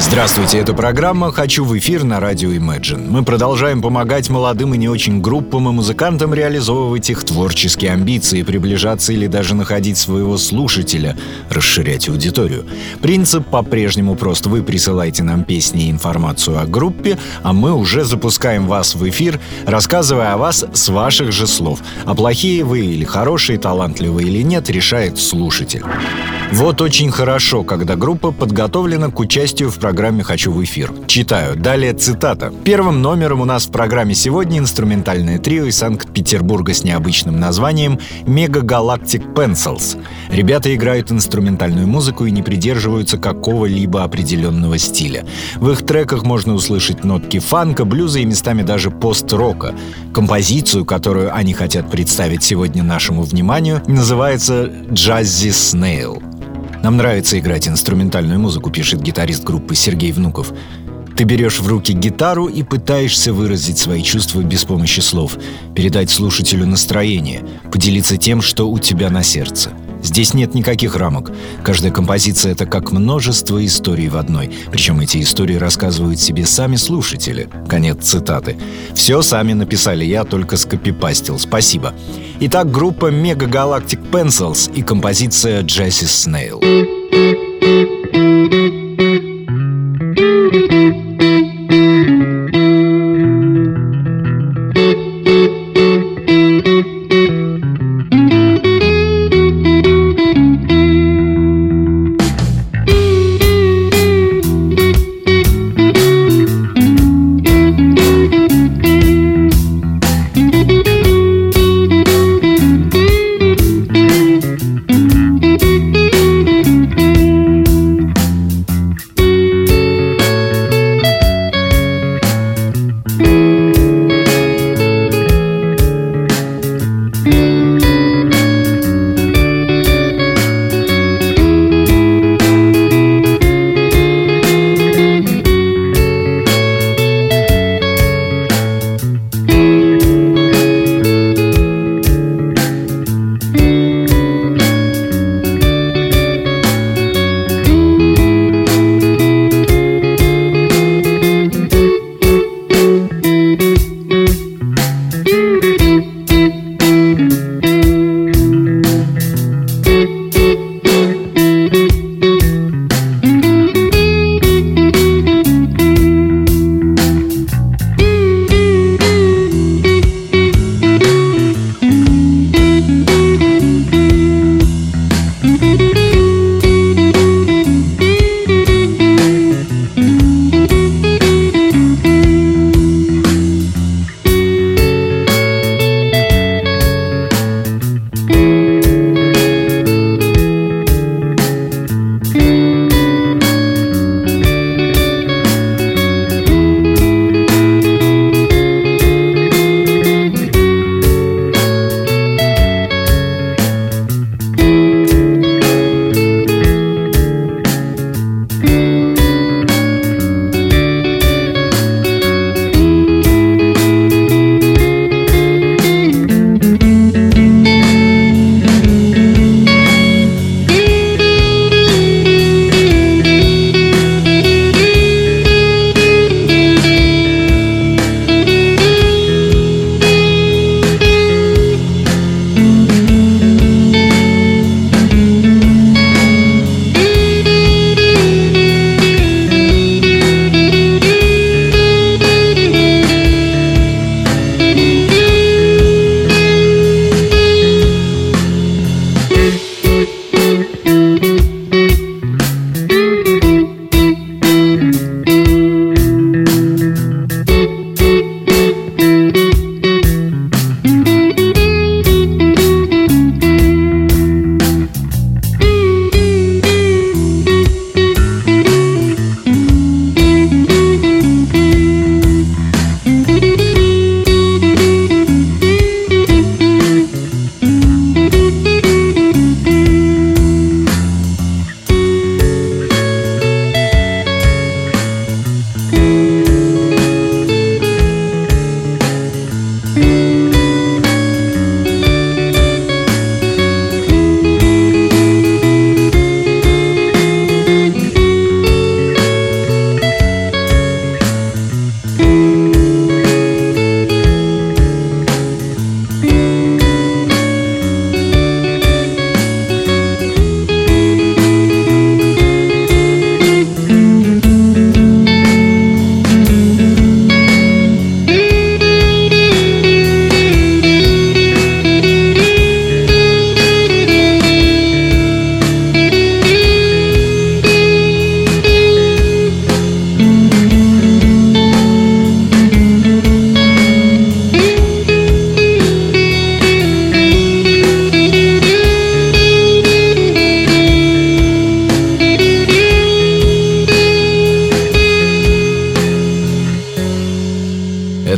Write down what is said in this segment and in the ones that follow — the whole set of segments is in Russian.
Здравствуйте, это программа «Хочу в эфир» на радио Imagine. Мы продолжаем помогать молодым и не очень группам и музыкантам реализовывать их творческие амбиции, приближаться или даже находить своего слушателя, расширять аудиторию. Принцип по-прежнему прост. Вы присылаете нам песни и информацию о группе, а мы уже запускаем вас в эфир, рассказывая о вас с ваших же слов. А плохие вы или хорошие, талантливые или нет, решает слушатель. Вот очень хорошо, когда группа подготовлена к участию в программе «Хочу в эфир». Читаю. Далее цитата. Первым номером у нас в программе сегодня инструментальное трио из Санкт-Петербурга с необычным названием «Mega Galactic Pencils». Ребята играют инструментальную музыку и не придерживаются какого-либо определенного стиля. В их треках можно услышать нотки фанка, блюза и местами даже пост-рока. Композицию, которую они хотят представить сегодня нашему вниманию, называется «Jazzy Snail». «Нам нравится играть инструментальную музыку», — пишет гитарист группы Сергей Внуков. «Ты берешь в руки гитару и пытаешься выразить свои чувства без помощи слов, передать слушателю настроение, поделиться тем, что у тебя на сердце. Здесь нет никаких рамок. Каждая композиция — это как множество историй в одной. Причем эти истории рассказывают себе сами слушатели». Конец цитаты. «Все сами написали, я только скопипастил. Спасибо». Итак, группа Mega Galactic Pencils и композиция Jazzy Snail.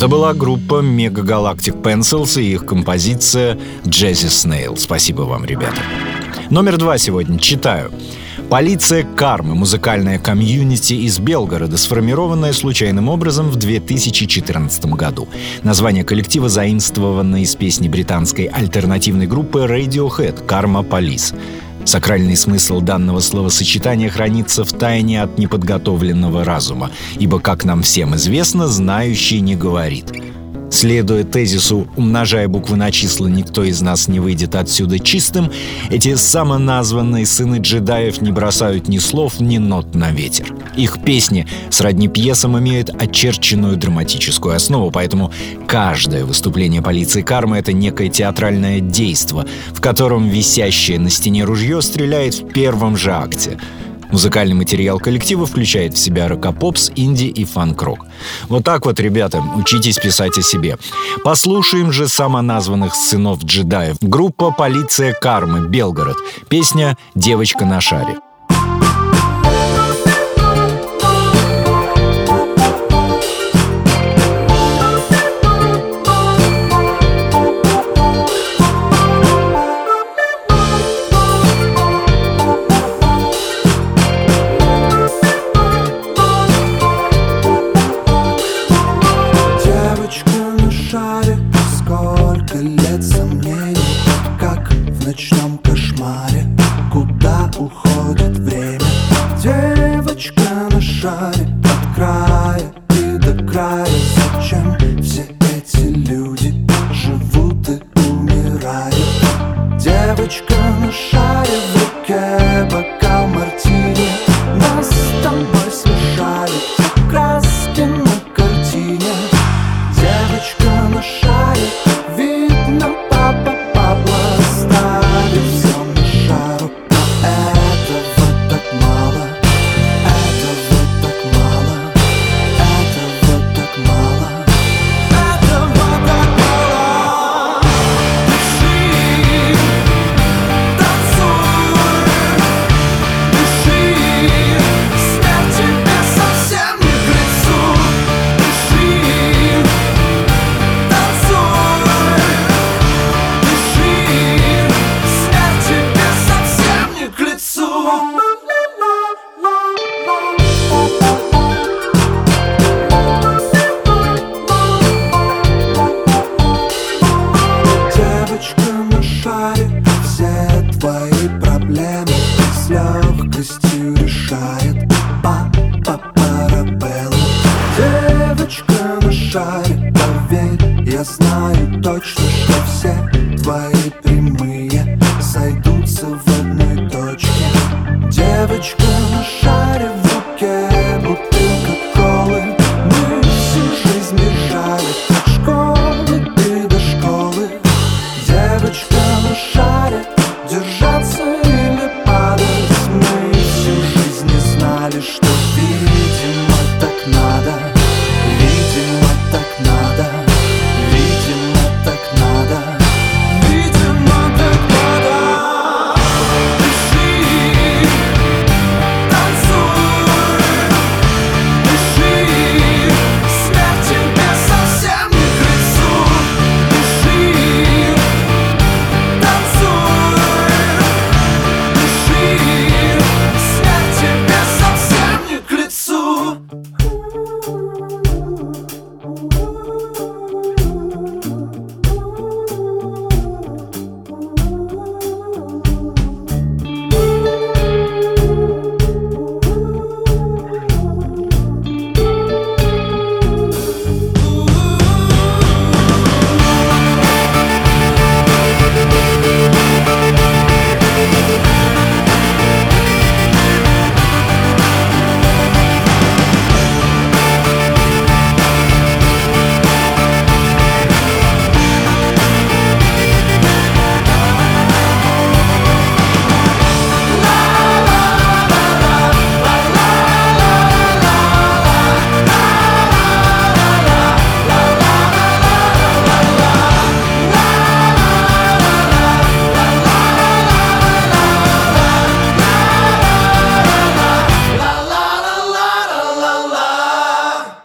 Это была группа Mega Galactic Pencils и их композиция «Jazzy Snail». Спасибо вам, ребята. Номер 2 сегодня читаю. «Полиция кармы» — музыкальная комьюнити из Белгорода, сформированная случайным образом в 2014 году. Название коллектива заимствовано из песни британской альтернативной группы Radiohead «Karma Police». Сакральный смысл данного словосочетания хранится в тайне от неподготовленного разума, ибо, как нам всем известно, знающий не говорит. Следуя тезису «умножая буквы на числа, никто из нас не выйдет отсюда чистым», эти самоназванные сыны джедаев не бросают ни слов, ни нот на ветер. Их песни сродни пьесам имеют очерченную драматическую основу, поэтому каждое выступление полиции кармы — это некое театральное действо, в котором висящее на стене ружье стреляет в первом же акте. Музыкальный материал коллектива включает в себя рок-попс, инди и фанк-рок. Вот так вот, ребята, учитесь писать о себе. Послушаем же самоназванных сынов джедаев. Группа «Полиция кармы», Белгород. Песня «Девочка на шаре». Видимо, так надо.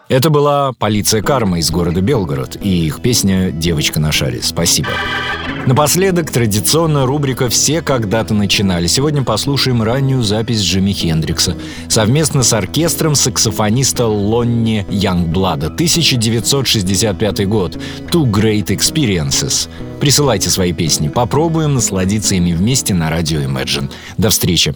Это была «Полиция кармы» из города Белгород и их песня «Девочка на шаре». Спасибо. Напоследок, традиционная рубрика «Все когда-то начинали». Сегодня послушаем раннюю запись Джимми Хендрикса совместно с оркестром саксофониста Лонни Янгблада. 1965 год. «Two Great Experiences». Присылайте свои песни. Попробуем насладиться ими вместе на радио Imagine. До встречи.